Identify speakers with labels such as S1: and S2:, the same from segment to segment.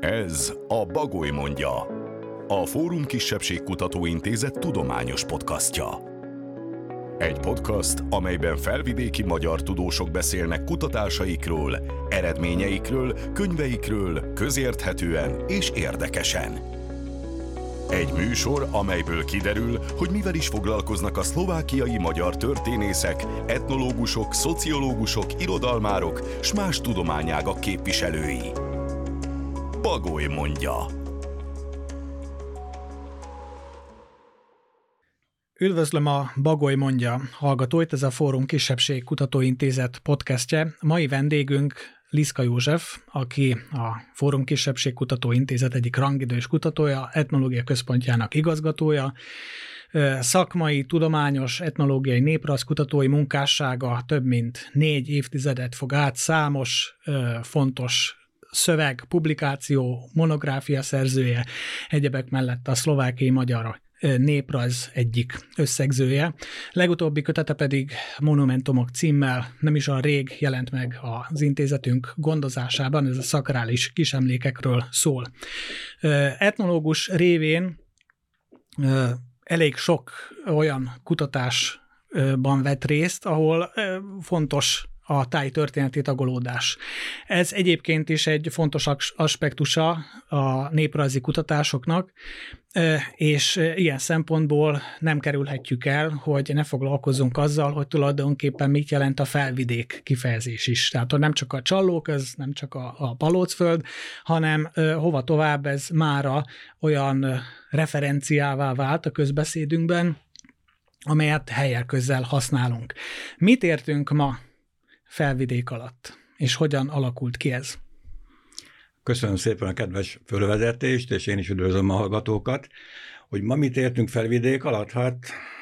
S1: Ez a Bagoly mondja, a Fórum Kisebbségkutató Intézet tudományos podcastja. Egy podcast, amelyben felvidéki magyar tudósok beszélnek kutatásaikról, eredményeikről, könyveikről, közérthetően és érdekesen. Egy műsor, amelyből kiderül, hogy mivel is foglalkoznak a szlovákiai magyar történészek, etnológusok, szociológusok, irodalmárok s más tudományágak képviselői. Bagoly mondja.
S2: Üdvözlöm a Bagoly mondja hallgatóit, ez a Fórum Kisebbségkutató Intézet podcastje. Mai vendégünk Liszka József, aki a Fórum Kisebbségkutató Intézet egyik rangidős kutatója, etnológia központjának igazgatója. Szakmai, tudományos, etnológiai, néprajzkutatói munkássága több mint 4 évtizedet fog át, számos fontos szöveg, publikáció, monográfia szerzője, egyebek mellett a szlovákiai magyar néprajz egyik összegzője. Legutóbbi kötete pedig Monumentumok címmel nem is olyan rég jelent meg az intézetünk gondozásában, ez a szakrális kisemlékekről szól. Etnológus révén elég sok olyan kutatásban vett részt, ahol fontos a táj történeti tagolódás. Ez egyébként is egy fontos aspektusa a néprajzi kutatásoknak, és ilyen szempontból nem kerülhetjük el, hogy ne foglalkozzunk azzal, hogy tulajdonképpen mit jelent a felvidék kifejezés is. Tehát nem csak a Csallók, ez nem csak a Palócföld, hanem hova tovább ez mára olyan referenciává vált a közbeszédünkben, amelyet helyel közzel használunk. Mit értünk ma felvidék alatt, és hogyan alakult ki ez?
S3: Köszönöm szépen a kedves fölvezetést, és én is üdvözlöm a hallgatókat. Hogy ma mit értünk felvidék alatt? Hát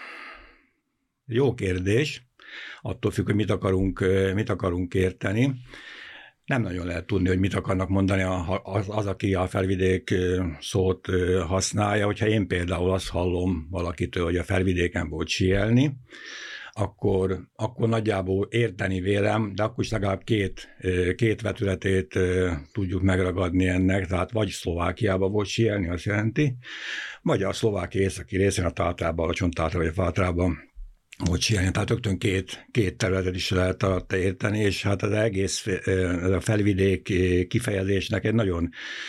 S3: jó kérdés, attól függ, hogy mit akarunk érteni. Nem nagyon lehet tudni, hogy mit akarnak mondani az, aki a felvidék szót használja. Hogyha én például azt hallom valakitől, hogy a felvidéken volt síelni, akkor nagyjából érteni vélem, de akkor is legalább két vetületét tudjuk megragadni ennek, tehát vagy Szlovákiában volt síelni, azt jelenti, vagy a Szlovákia északi részén, a Tátrában, a Csonttátrában, vagy a Fátrában volt síelni, tehát rögtön két területet is lehet alatta érteni, és hát az egész a felvidék kifejezésnek egy nagyon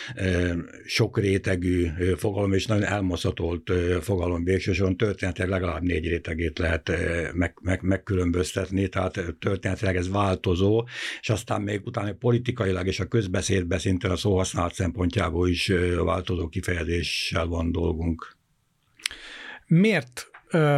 S3: sokrétegű fogalom, és nagyon elmoszatolt fogalom, végsősorban történetileg legalább 4 rétegét lehet megkülönböztetni, tehát történetileg ez változó, és aztán még utána politikailag és a közbeszédben szintén a szóhasználat szempontjából is változó kifejezéssel van dolgunk.
S2: Miért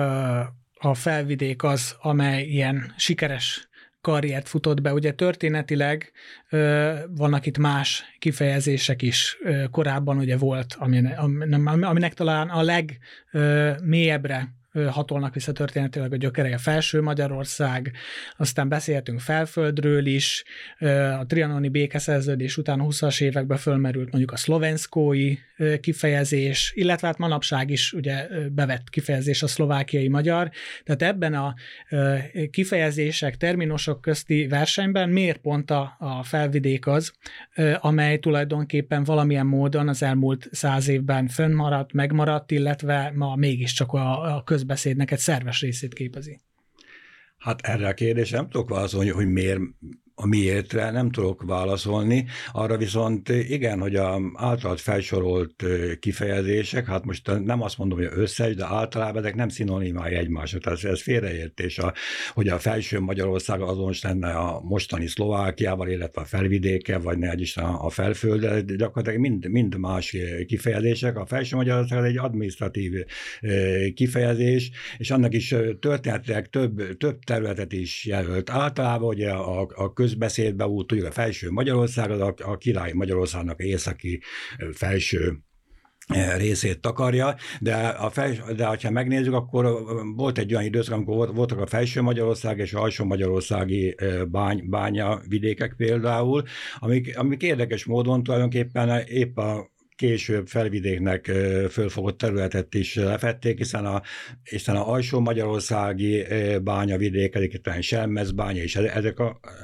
S2: a felvidék az, amely ilyen sikeres karriert futott be? Ugye történetileg vannak itt más kifejezések is. Korábban ugye volt, aminek talán a legmélyebbre hatolnak vissza történetileg a gyökerei, a Felső Magyarország, aztán beszéltünk Felföldről is, a trianoni békeszerződés után 20-as években fölmerült mondjuk a szlovenszkói kifejezés, illetve hát manapság is ugye bevett kifejezés a szlovákiai magyar. Tehát ebben a kifejezések, terminusok közti versenyben miért pont a felvidék az, amely tulajdonképpen valamilyen módon az elmúlt 100 évben fönnmaradt, megmaradt, illetve ma mégiscsak a közbeszédnek egy szerves részét képezi?
S3: Hát erre a kérdésre nem tudok válaszolni, hogy miértre nem tudok válaszolni. Arra viszont igen, hogy az általad felsorolt kifejezések, hát most nem azt mondom, hogy összes, de általában ezek nem szinonimái egymásra. Tehát ez félreértés, hogy a Felső Magyarország azonos lenne a mostani Szlovákiával, illetve a felvidéke, vagy ne is a Felföld, de gyakorlatilag mind más kifejezések. A Felső Magyarország egy adminisztratív kifejezés, és annak is történetileg több területet is jelölt. Általában ugye a közbeszédben úgy tudjuk, a Felső Magyarország az a királyi Magyarországnak északi felső részét takarja, de ha megnézzük, akkor volt egy olyan időszak, amikor voltak a Felső Magyarország és a Alsó Magyarországi bányavidékek például, amik érdekes módon tulajdonképpen épp a később felvidéknek fölfogott területet is lefették, hiszen a alsó magyarországi bányavidék, egyébként Selmez-bánya és ezek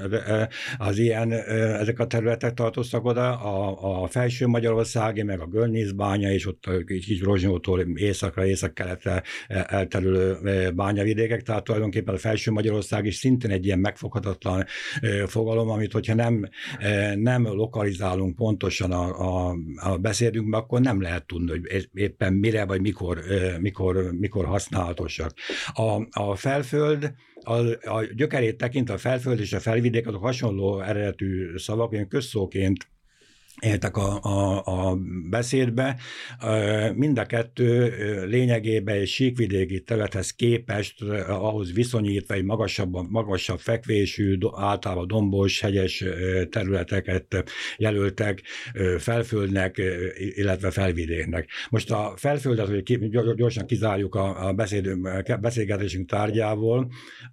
S3: a területek tartoztak oda, a felső magyarországi, meg a Göllnész-bánya, és ott kis Rozsnyótól észak-keletre elterülő bányavidékek, tehát tulajdonképpen a felső Magyarország is szintén egy ilyen megfoghatatlan fogalom, amit hogyha nem lokalizálunk pontosan a beszédünkben, akkor nem lehet tudni, hogy éppen mire vagy mikor használatosak. A felföld, a gyökerét tekintve a felföld és a felvidék azok hasonló eredetű szavak, olyan közszóként éltek a beszédbe. Mind a kettő lényegében egy síkvidéki területhez képest, ahhoz viszonyítva egy magasabb fekvésű, általában dombos, hegyes területeket jelöltek felföldnek, illetve felvidéknek. Most a felföldet, hogy gyorsan kizárjuk a beszélgetésünk tárgyából,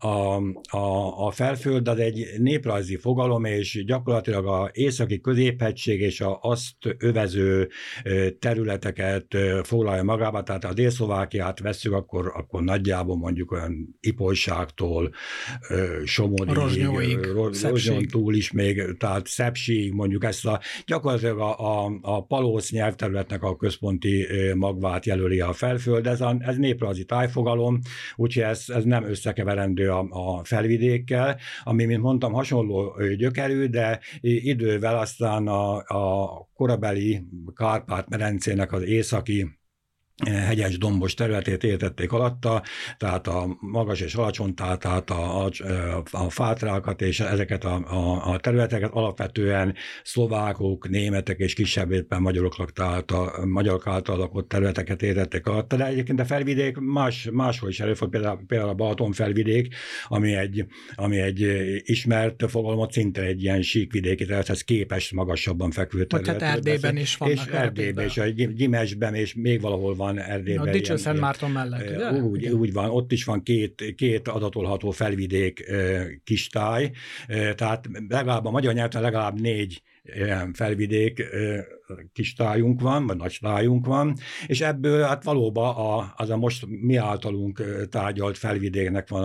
S3: a felföld az egy néprajzi fogalom, és gyakorlatilag az északi középhegység és azt övező területeket foglalja magába, tehát a Dél-Szlovákiát vesszük, akkor nagyjából mondjuk olyan Ipolyságtól Somodig, Rozsnyon túl is még, tehát Szepsig, mondjuk ezt gyakorlatilag a palóc nyelvterületnek a központi magvát jelöli a felföld, ez néprajzi tájfogalom, úgyhogy ez nem összekeverendő a felvidékkel, ami, mint mondtam, hasonló gyökerű, de idővel aztán a korabeli Kárpát-medencének az északi hegyes dombos területét értették alatta, tehát a magas és alacsony, tehát a fátrákat és ezeket a területeket alapvetően szlovákok, németek és kisebb éppen magyarok által lakott területeket értették alatta, de egyébként a felvidék máshol is előfordul, például a Balaton felvidék, ami egy ismert fogalmat, szinte egy ilyen síkvidéki területhez képest magasabban fekvő terület.
S2: Tehát Erdélyben is vannak.
S3: És Erdélyben, és a Gyimesben, és még valahol van Erdélyben.
S2: A Dicső-Szent Márton mellett, ugye?
S3: Úgy van, ott is van két adatolható felvidék kistáj, tehát legalább a magyar nyelven legalább 4 felvidék kistájunk van, vagy nagytájunk van, és ebből hát valóban az a most mi általunk tárgyalt felvidéknek van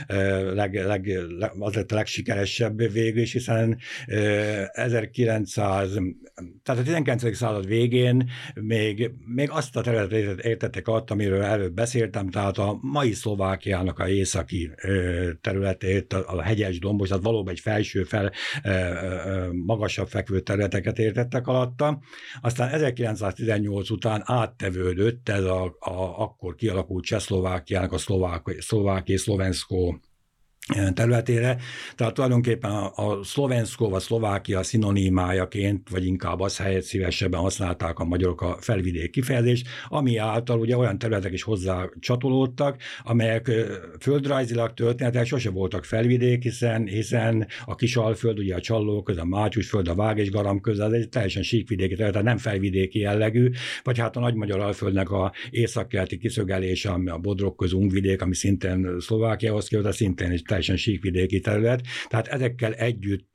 S3: az lett a legsikeresebb végül is, hiszen 1900, tehát a 19. század végén még azt a területet értettek alatt, amiről előbb beszéltem, tehát a mai Szlovákiának a északi területét, a hegyes dombos, tehát valóban egy felső magasabb fekvő területeket értettek alatta. Aztán 1918 után áttevődött ez akkor kialakult Csehszlovákiának a szlovákiai-szlovenszkó területére, tehát tulajdonképpen a szlovenszkó vagy Szlovákia szinonimájaként, vagy inkább az helyett szívesebben használták a magyarok a felvidék kifejezést, ami által ugye olyan területek is hozzá csatolódtak, amelyek földrajzilag, történetileg sose voltak felvidék, hiszen a Kisalföld, ugye a Csallóköz, a Mátyusföld, a Vág és Garam köz, az egy teljesen síkvidéki terület, tehát nem felvidéki jellegű, vagy hát a Nagymagyaralföldnek a északkeleti kiszögelése, ami a Bodrogköz, Ungvidék, ami szintén Szlovákiához került, az szintén egy teljesen síkvidéki terület, tehát ezekkel együtt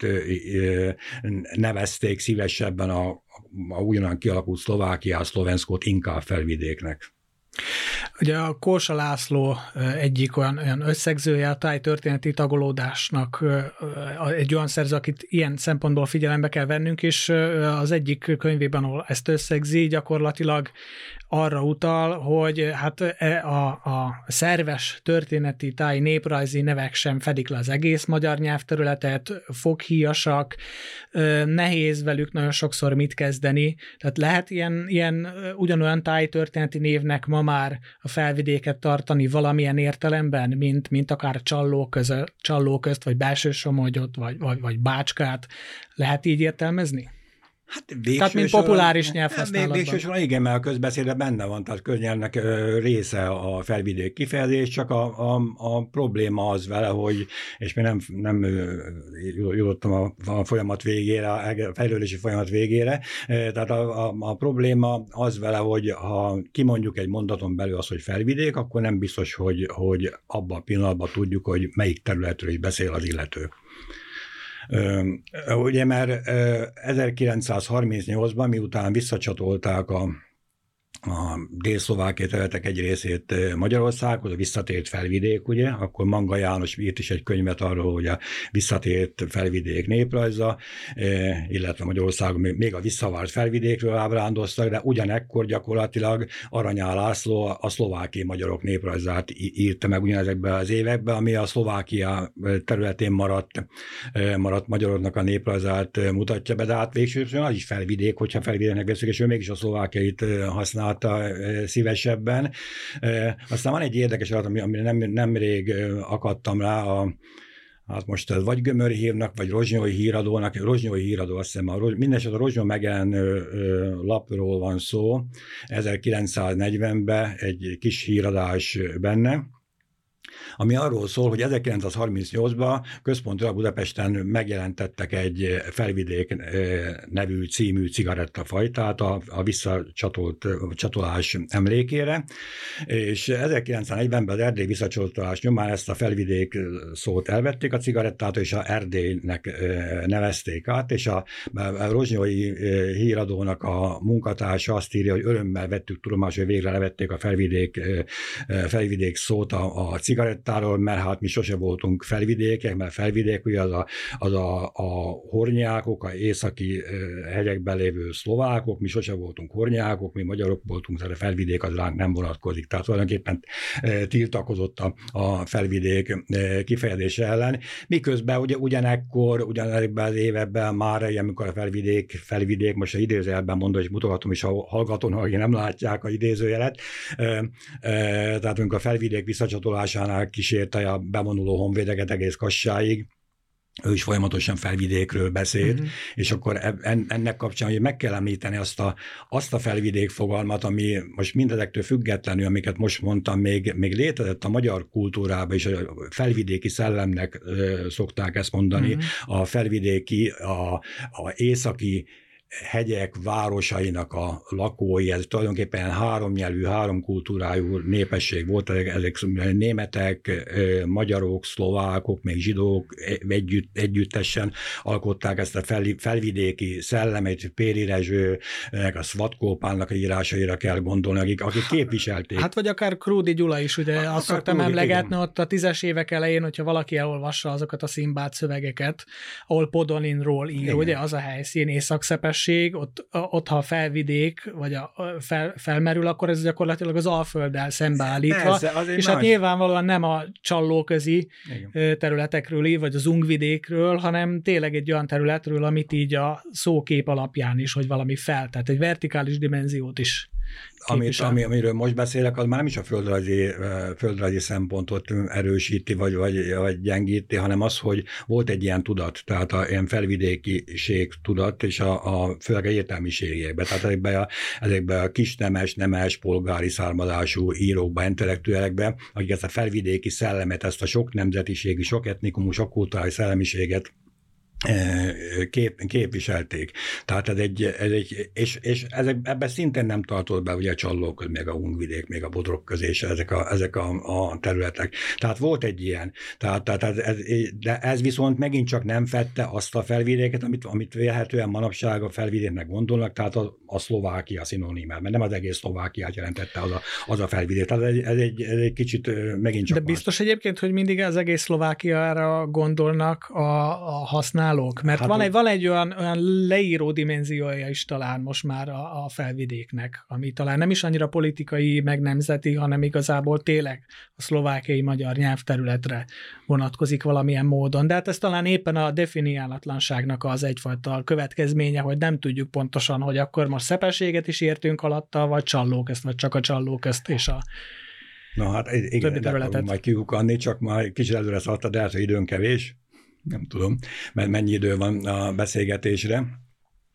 S3: nevezték szívesebben a ugyanolyan kialakult Szlovákiát, Szlovenszkót inkább felvidéknek.
S2: Ugye a Kósa László egyik olyan összegzője a tájtörténeti tagolódásnak, egy olyan szerző, akit ilyen szempontból figyelembe kell vennünk, és az egyik könyvében, ahol ezt összegzi, gyakorlatilag arra utal, hogy hát a szerves történeti táj néprajzi nevek sem fedik le az egész magyar nyelvterületet, foghíjasak, nehéz velük nagyon sokszor mit kezdeni, tehát lehet ilyen ugyanolyan tájtörténeti névnek ma már a felvidéket tartani valamilyen értelemben, mint akár Csallóközt, vagy Belső-Somogyot, vagy Bácskát, lehet így értelmezni?
S3: Hát
S2: tehát mint populáris nyelvhasználatban.
S3: Végsősorban igen, mert a közbeszédben benne van, tehát köznyelvnek része a felvidék kifejezés, csak a probléma az vele, hogy, és még nem jutottam a folyamat végére, a fejlődési folyamat végére, tehát a probléma az vele, hogy ha kimondjuk egy mondaton belül az, hogy felvidék, akkor nem biztos, hogy abban a pillanatban tudjuk, hogy melyik területről is beszél az illető. Ugye mert 1938-ban, miután visszacsatolták a dél-szlovákiai területek egy részét Magyarországhoz, a visszatért felvidék, ugye, akkor Manga János írt is egy könyvet arról, hogy a visszatért felvidék néprajza, illetve Magyarországon még a visszavárt felvidékről ábrándoztak, de ugyanekkor gyakorlatilag Aranyá László a szlovákiai magyarok néprajzát írta meg ugyanezekben az években, ami a Szlovákia területén maradt magyaroknak a néprajzát mutatja be, de hát végsősorban az is felvidék, hogyha felvidéknek veszük, és ő mégis a szlovákiait használta szívesebben. Aztán van egy érdekes adat, amire nemrég akadtam rá, hát most ez vagy Gömör-hírnak, vagy Rozsnyói híradónak, Rozsnyói híradó, azt hiszem, mindenesetre a Rozsnyó megjelenő lapról van szó, 1940-ben egy kis híradás benne, ami arról szól, hogy 1938-ban központilag Budapesten megjelentettek egy Felvidék nevű című cigarettafajtát a visszacsatolás emlékére, és 1940-ben az Erdély visszacsatolás nyomán ezt a Felvidék szót elvették a cigarettát, és a Erdélynek nevezték át, és a Rozsnyói híradónak a munkatársa azt írja, hogy örömmel vettük tudomásul, hogy végre levették a Felvidék szót a cigarettáról, mert hát mi sose voltunk felvidékek, mert felvidék ugye az a hornyákok, a északi hegyekben lévő szlovákok, mi sose voltunk hornyákok, mi magyarok voltunk, tehát a felvidék az ránk nem vonatkozik. Tehát tulajdonképpen tiltakozott a felvidék kifejezése ellen. Miközben ugyanebben az években már, amikor a felvidék, most az idézőjelben mondom, és mutogatom is a hallgatónak, akik nem látják a idézőjelet, tehát amikor a felvidék visszacsatolásánál kísérte a bevonuló honvédeket egész Kassáig, ő is folyamatosan felvidékről beszélt, és akkor ennek kapcsán hogy meg kell említeni azt a felvidék fogalmat, ami most mindezektől függetlenül, amiket most mondtam, még létezett a magyar kultúrában, és a felvidéki szellemnek szokták ezt mondani, a felvidéki, a északi hegyek városainak a lakói, ez tulajdonképpen háromnyelvű, háromkultúrájú népesség volt, ezek németek, magyarok, szlovákok, még zsidók együttesen alkották ezt a felvidéki szellemet, Péri Rezsőnek, a Szvatkópánnak a írásaira kell gondolni, akik képviselték.
S2: Hát vagy akár Krúdi Gyula is, ugye azt szoktam emlegetni ott a 10-es évek elején, hogyha valaki elolvassa azokat a Szimbád szövegeket, ahol Podolinról ír, ugye az a helyszín, Észak-Szepes, ott ha a felvidék, vagy felmerül, akkor ez gyakorlatilag az Alfölddel szembeállítva, és hát nyilvánvalóan nem a csallóközi területekről ír, vagy az Ungvidékről, hanem tényleg egy olyan területről, amit így a szókép alapján is, hogy valami tehát egy vertikális dimenziót is
S3: amiről most beszélek, az már nem is a földrajzi szempontot erősíti, vagy gyengíti, hanem az, hogy volt egy ilyen tudat, tehát ilyen felvidékiség tudat, és főleg a értelmiségekben, tehát ezekben a kisnemes, polgári származású írókban, intellektuelekben, akik ezt a felvidéki szellemet, ezt a sok nemzetiségű, sok etnikumú, sok kulturális szellemiséget képviselték. Tehát és ebben szintén nem tartott be ugye a Csallóköz, meg a Ungvidék, még a Bodrog közé, és ezek a területek. Tehát volt egy ilyen. De ez viszont megint csak nem fedte azt a felvidéket, amit vélhetően manapság a felvidéknek gondolnak, tehát a Szlovákia szinonimát, mert nem az egész Szlovákiát jelentette az a felvidék. Tehát ez egy kicsit megint csak.
S2: De biztos egyébként, hogy mindig az egész Szlovákiára gondolnak a használók, mert hát van egy olyan leíró dimenziója is talán most már a felvidéknek, ami talán nem is annyira politikai, meg nemzeti, hanem igazából tényleg a szlovákiai magyar nyelvterületre vonatkozik valamilyen módon. De hát ez talán éppen a definiálatlanságnak az egyfajta következménye, hogy nem tudjuk pontosan, hogy akkor most szepességet is értünk alatta, vagy Csallóközt, vagy csak a Csallóközt és a
S3: Na hát igen, de fogunk majd kiukanni, csak már kicsit előre szaladtad, de hát, hogy időn kevés. Nem tudom, mert mennyi idő van a beszélgetésre.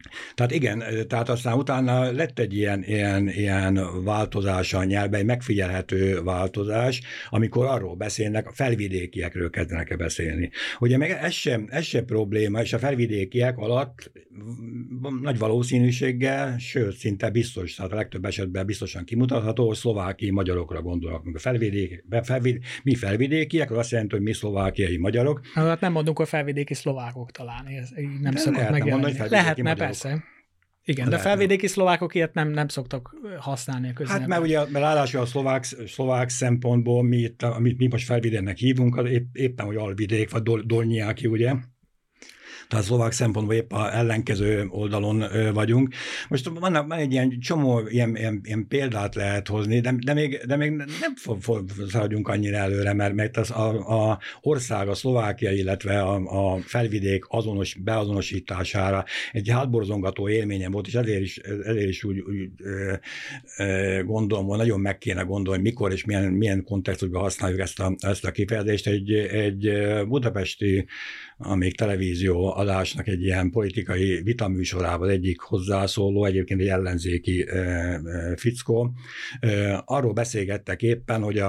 S3: Tehát igen, tehát aztán utána lett egy ilyen változás a nyelvben, egy megfigyelhető változás, amikor arról beszélnek, a felvidékiekről kezdenek beszélni. Ugye meg ez sem probléma, és a felvidékiek alatt nagy valószínűséggel, sőt, szinte biztos, tehát a legtöbb esetben biztosan kimutatható, hogy szlovákiai magyarokra gondolnak. Mi felvidékiek, az azt jelenti, hogy mi szlovákiai magyarok.
S2: Hát nem mondunk, hogy felvidéki szlovákok talán, ez így nem szokott megjelenni. Lehetne, persze. Igen, de felvidéki szlovákok ilyet nem szoktak használni a köznyelvben.
S3: Hát mert ráadásul a szlovák szempontból amit mi most felvidéknek hívunk, az éppen, hogy alvidék, vagy dolnyáki, ugye? Tehát szlovák szempontból épp a ellenkező oldalon vagyunk. Most van egy ilyen csomó ilyen példát lehet hozni, de még nem szaladjunk annyira előre, mert az a ország, a Szlovákia, illetve a felvidék beazonosítására egy hátborzongató élményem volt, és ezért is úgy gondolom, hogy nagyon meg kéne gondolni, mikor és milyen kontextusban használjuk ezt a kifejezést. Egy budapesti, amíg televízió adásnak egy ilyen politikai vitaműsorában egyik hozzászóló, egyébként egy ellenzéki fickó, arról beszélgettek éppen, hogy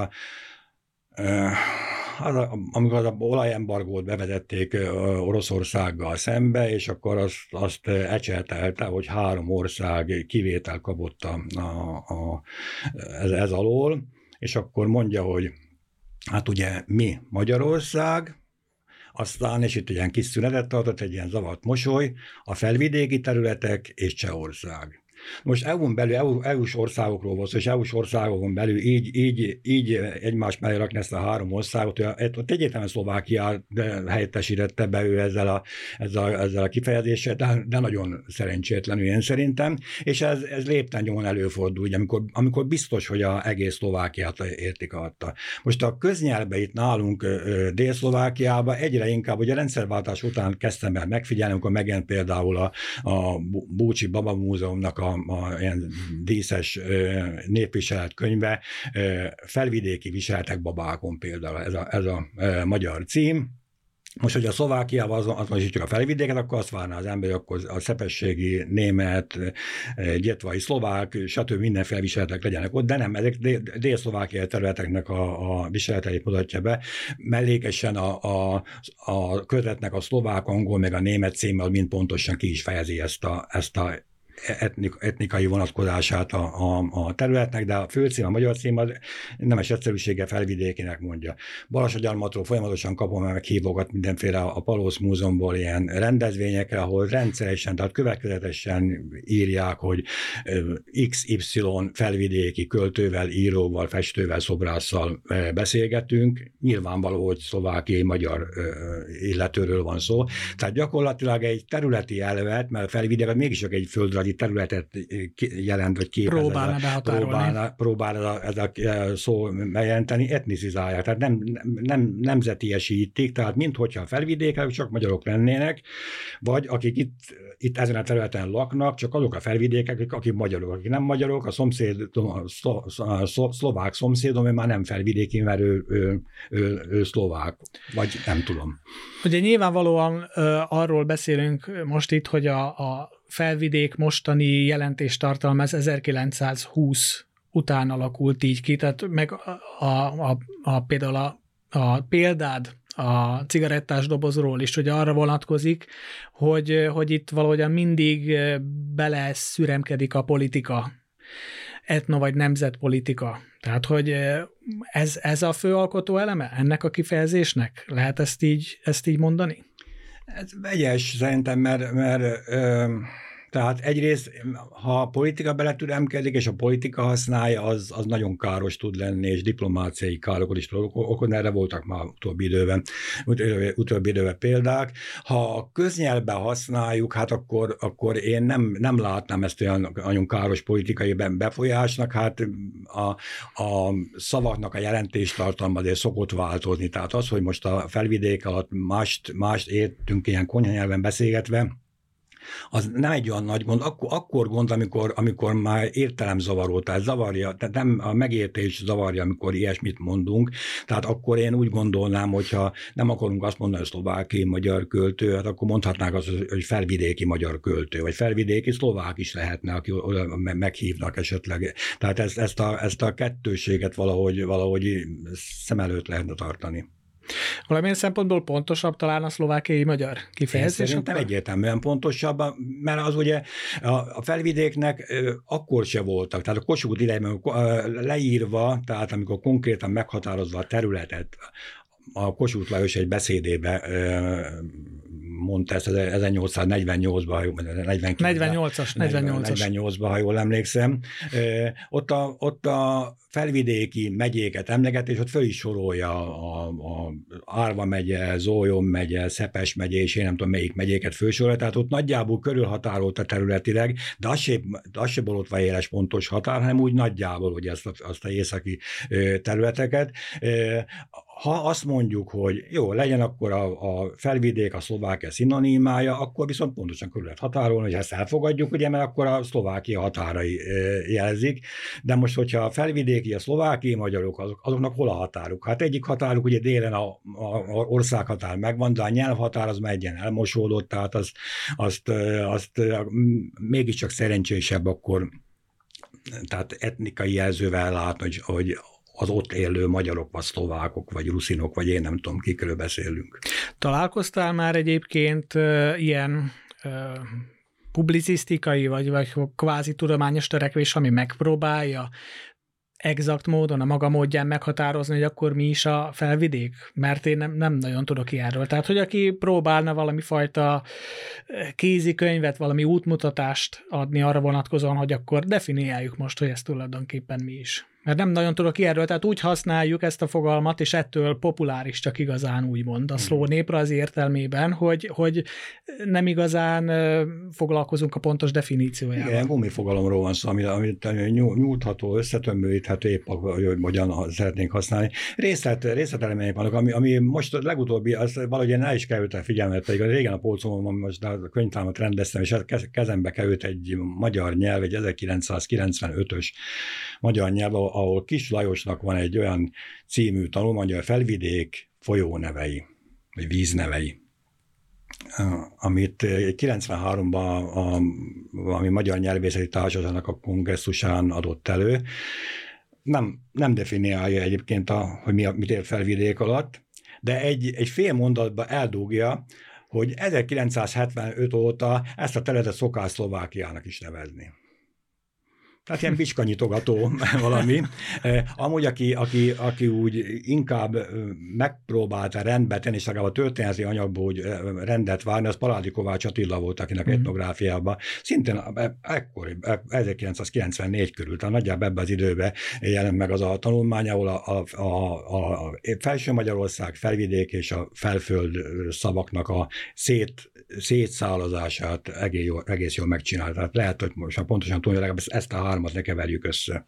S3: amikor az olajembargót bevezették Oroszországgal szembe, és akkor azt ecseltelte, hogy 3 ország kivétel kapott ez alól, és akkor mondja, hogy hát ugye mi Magyarország, aztán, és itt egy ilyen kis szünetet tartott, egy ilyen zavart mosoly, a felvidéki területek és Csehország. Most EU-n belül, EU-s országokról volt szó, és EU-s országokon belül így egymás mellé rakni ezt a 3 országot, ott egyértelműen Szlovákia helyettesítette be ő ezzel a kifejezéssel, de nagyon szerencsétlenül én szerintem, és ez lépten nyomon előfordul, ugye, amikor biztos, hogy az egész Szlovákiát értik adta. Most a köznyelvben itt nálunk Dél-Szlovákiában egyre inkább, ugye a rendszerváltás után kezdtem el megfigyelni, amikor megjelent például a Búcsi Baba Múzeumnak a ilyen díszes népviselet könyve, felvidéki viseletek babákon például ez a magyar cím. Most, hogy a Szlovákiával azonosítjuk a felvidéket, akkor azt várná az ember, hogy akkor a szepességi német, gyetvai szlovák, stb. Mindenféle viseletek legyenek ott, de nem, ezek dél-szlovákiai területeknek a viseleteit mutatja be. Mellékesen a kötetnek a szlovák, angol, meg a német címmel mind pontosan ki is fejezi ezt a etnikai vonatkozását a területnek, de a főcím, a magyar cím az nemes egyszerűsége felvidékinek mondja. Balassagyarmatról folyamatosan kapom meg hívogat mindenféle a Palósz Múzeumból ilyen rendezvényekre, ahol rendszeresen, tehát következetesen írják, hogy XY felvidéki költővel, íróval, festővel, szobrásszal beszélgetünk. Nyilvánvaló, hogy szlovákiai magyar illetőről van szó. Tehát gyakorlatilag egy területi elvet, mert a felvidék mégis csak egy földrajzi területet jelent, vagy képez. Próbál ez a szó bejelenteni, etnicizálják, tehát nem nemzetiesítik, tehát minthogyha a felvidéken csak magyarok lennének, vagy akik itt ezen a területen laknak, csak azok a felvidékek, akik magyarok, akik nem magyarok, a szlovák szomszédom, ő már nem felvidéki, mert ő szlovák, vagy nem tudom.
S2: Ugye nyilvánvalóan arról beszélünk most itt, hogy a felvidék mostani jelentéstartalma ez 1920 után alakult így ki, tehát meg például a példád a cigarettás dobozról is, hogy arra vonatkozik, hogy itt valahogyan mindig beleszüremkedik a politika, etno vagy nemzetpolitika. Tehát, hogy ez a fő alkotó eleme ennek a kifejezésnek? Lehet ezt így mondani?
S3: Ez vegyes szerintem, mert tehát egyrészt, ha a politika beletüremkedik, és a politika használja, az nagyon káros tud lenni, és diplomáciai károkat is tud okozni, erre voltak már utóbbi időben példák. Ha a köznyelvben használjuk, hát akkor én nem látnám ezt olyan káros politikai befolyásnak, hát a szavaknak a jelentéstartalma azért szokott változni. Tehát az, hogy most a felvidék alatt mást értünk ilyen konyhanyelven beszélgetve, Az nem egy olyan nagy gond, akkor gond, amikor már értelemzavaró, tehát zavarja, tehát nem a megértés zavarja, amikor ilyesmit mondunk, tehát akkor én úgy gondolnám, hogyha nem akarunk azt mondani, hogy szlovákiai magyar költő, hát akkor mondhatnánk azt, hogy felvidéki magyar költő, vagy felvidéki szlovák is lehetne, aki meghívnak esetleg. Tehát ezt a kettőséget valahogy szem előtt lehetne tartani.
S2: Valamilyen szempontból pontosabb talán a szlovákiai magyar kifejezés?
S3: Szerintem egyértelműen pontosabb, mert az ugye a felvidéknek akkor se voltak, tehát a Kossuth idejében leírva, tehát amikor konkrétan meghatározva a területet, a Kossuth Lajos egy beszédébe mondta ezt 1848-ban, 48-ban, ha jól emlékszem. Ott a felvidéki megyéket emleget, és ott föl is sorolja a Árva megye, Zólyom megye, Szepes megye, és én nem tudom melyik megyéket fölsorolja, tehát ott nagyjából körülhatárolta területileg, de az se borotva éles pontos határ, hanem úgy nagyjából, hogy azt a északi területeket. Ha azt mondjuk, hogy jó, legyen akkor a felvidék, a Szlovákia szinonimája, akkor viszont pontosan körül lehet határolni, hogy ezt elfogadjuk, ugye, mert akkor a Szlovákia határai jelzik. De most, hogyha a felvidéki, a szlovákiai magyarok, azoknak hol a határuk? Hát egyik határuk ugye délen a országhatár megvan, de a nyelvhatár az már egyen elmosódott, tehát azt mégiscsak szerencsésebb akkor, tehát etnikai jelzővel látni, hogy az ott élő magyarok, vagy szlovákok, vagy ruszinok, vagy én nem tudom, kikről beszélünk.
S2: Találkoztál már egyébként ilyen publicisztikai, vagy kvázi tudományos törekvés, ami megpróbálja exakt módon, a maga módján meghatározni, hogy akkor mi is a felvidék? Mert én nem nagyon tudok ilyenről. Tehát, hogy aki próbálna valami fajta kézikönyvet, valami útmutatást adni arra vonatkozóan, hogy akkor definiáljuk most, hogy ez tulajdonképpen mi is. Mert nem nagyon tudok ilyenről, tehát úgy használjuk ezt a fogalmat, és ettől populáris csak igazán úgymond a szló népre az értelmében, hogy nem igazán foglalkozunk a pontos definíciójával.
S3: Igen, gumifogalomról van szó, amit nyújtható, összetömöríthető, épp hogy hogyan szeretnénk használni. Részletelemények vannak, ami most legutóbbi, az valahogy el is került el figyelmet, pedig régen a polcomon most a könyvtárat rendeztem, és kezembe került egy magyar nyelv, egy 1995-ös magyar nyelv, ahol Kis Lajosnak van egy olyan című tanulmánya, a Felvidék folyónevei, vagy víznevei, amit 93-ban valami Magyar Nyelvészeti Társaságnak a kongresszusán adott elő. Nem definiálja egyébként, hogy mit ér felvidék alatt, de egy fél mondatban eldugja, hogy 1975 óta ezt a területet szokás Szlovákiának is nevezni. Tehát ilyen bicskanyitogató valami. Amúgy, aki úgy inkább megpróbálta rendbe tenni, és legalább a történeti anyagból úgy rendet várni, az Paládi Kovács Attila volt, akinek etnográfiában szintén ekkor, 1994 körül, tehát nagyjából ebben az időben jelent meg az a tanulmány, ahol a Felső Magyarország, felvidék és a felföld szavaknak a szétszálazását egész jól megcsinálta. Tehát lehet, hogy most pontosan tudja, legalább ezt a hármat ne keverjük össze.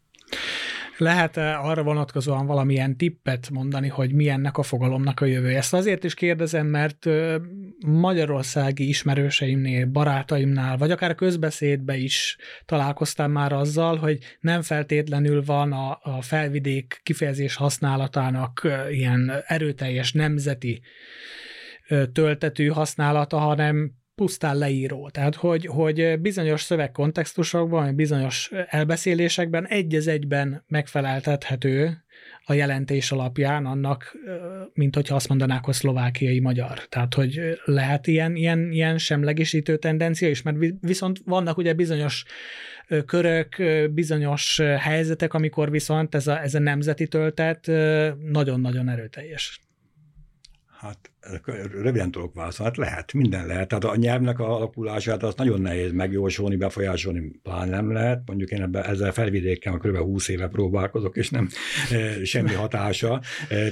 S2: Lehet arra vonatkozóan valamilyen tippet mondani, hogy mi ennek a fogalomnak a jövője? Ezt azért is kérdezem, mert magyarországi ismerőseimnél, barátaimnál, vagy akár közbeszédbe is találkoztam már azzal, hogy nem feltétlenül van a felvidék kifejezés használatának ilyen erőteljes nemzeti töltetű használata, hanem pusztán leíró. Tehát, hogy bizonyos szövegkontextusokban, bizonyos elbeszélésekben egy-egyben megfeleltethető a jelentés alapján annak, mint hogyha azt mondanák, hogy szlovákiai magyar. Tehát, hogy lehet ilyen semlegesítő tendencia is, mert viszont vannak ugye bizonyos körök, bizonyos helyzetek, amikor viszont ez a nemzeti töltet nagyon-nagyon erőteljes.
S3: Hát röviden tudok válaszolni, hát lehet, minden lehet. Tehát a nyelvnek a alakulását az nagyon nehéz megjósolni, befolyásolni, pláne nem lehet. Mondjuk én ezzel felvidékkel kb. 20 éve próbálkozok, és nem semmi hatása.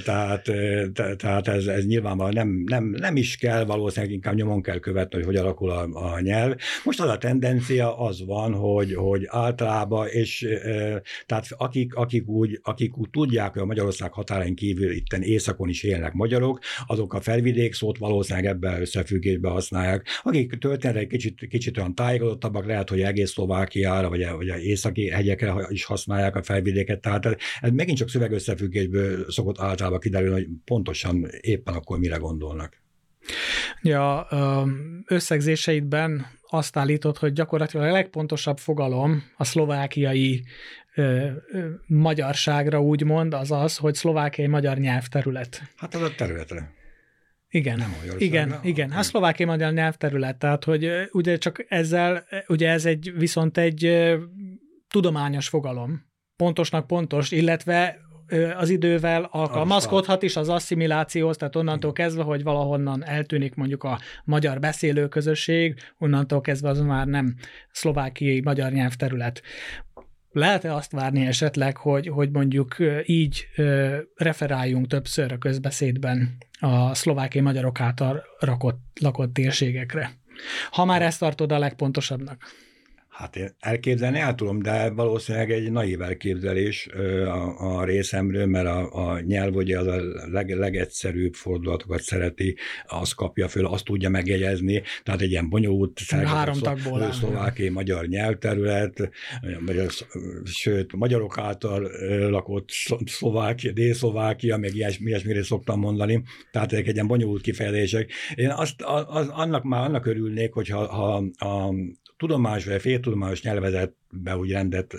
S3: Tehát ez nyilvánvalóan nem is kell, valószínűleg inkább nyomon kell követni, hogy alakul a nyelv. Most az a tendencia az van, hogy általában, és tehát akik úgy tudják, hogy a Magyarország határain kívül itten északon is élnek magyarok, azok a felvidék szót valószínűleg ebben összefüggésben használják. Akik történetre kicsit olyan tájékozottabbak, lehet, hogy egész Szlovákiára, vagy a északi hegyekre is használják a felvidéket, tehát ez megint csak szövegösszefüggésből szokott általában kiderülni, hogy pontosan éppen akkor mire gondolnak.
S2: Ja, összegzéseidben azt állítod, hogy gyakorlatilag a legpontosabb fogalom a szlovákiai magyarságra úgymond az, hogy szlovákiai magyar nyelvterület.
S3: Hát az a területre.
S2: Igen, igen. Hát szlovákiai magyar nyelvterület, tehát hogy ugye csak ezzel, ugye ez viszont egy tudományos fogalom. Pontosnak pontos, illetve az idővel alkalmazkodhat is az asszimilációhoz, tehát onnantól kezdve, hogy valahonnan eltűnik mondjuk a magyar beszélő közösség, onnantól kezdve az már nem szlovákiai magyar nyelvterület. Lehet-e azt várni esetleg, hogy mondjuk így referáljunk többször a közbeszédben a szlovákiai magyarok által lakott térségekre? Ha már ezt tartod a legpontosabbnak.
S3: Hát én elképzelni el tudom, de valószínűleg egy naív elképzelés a részemről, mert a nyelv ugye az a legegyszerűbb fordulatokat szereti, azt kapja föl, azt tudja megjegyezni, tehát egy ilyen bonyolult szlovákiai magyar nyelvterület, sőt, magyarok által lakott Szlovákia, Dél-Szlovákia, meg ilyesmire szoktam mondani, tehát egy ilyen bonyolult kifejezések. Én annak örülnék, hogyha a tudományos vagy féltudományos nyelvezetbe úgy rendet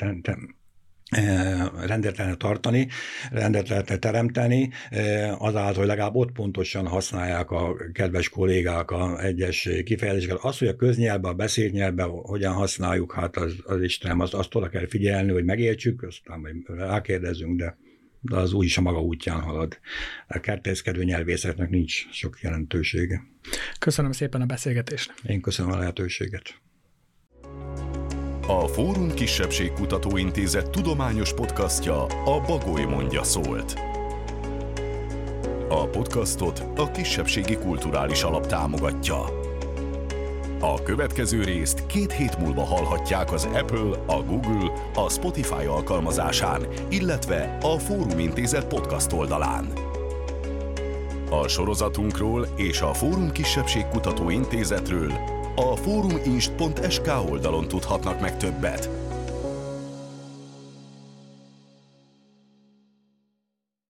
S3: lehetne tartani, rendet lehetne teremteni, azáltal, hogy legalább ott pontosan használják a kedves kollégák a egyes kifejezéseket. Az, hogy a köznyelvben, a beszélt nyelvben hogyan használjuk, hát az Istenem, azt oda kell figyelni, hogy megértsük, aztán majd rákérdezünk, de az úgyis a maga útján halad. A kertészkedő nyelvészetnek nincs sok jelentősége.
S2: Köszönöm szépen a beszélgetést.
S3: Én köszönöm a lehetőséget.
S1: A Fórum Kisebbségkutató Intézet tudományos podcastja a Bagoly mondja szólt. A podcastot a Kisebbségi Kulturális Alap támogatja. A következő részt 2 hét múlva hallhatják az Apple, a Google, a Spotify alkalmazásán, illetve a Fórum Intézet podcast oldalán. A sorozatunkról és a Fórum Kisebbségkutató Intézetről a foruminst.sk oldalon tudhatnak meg többet.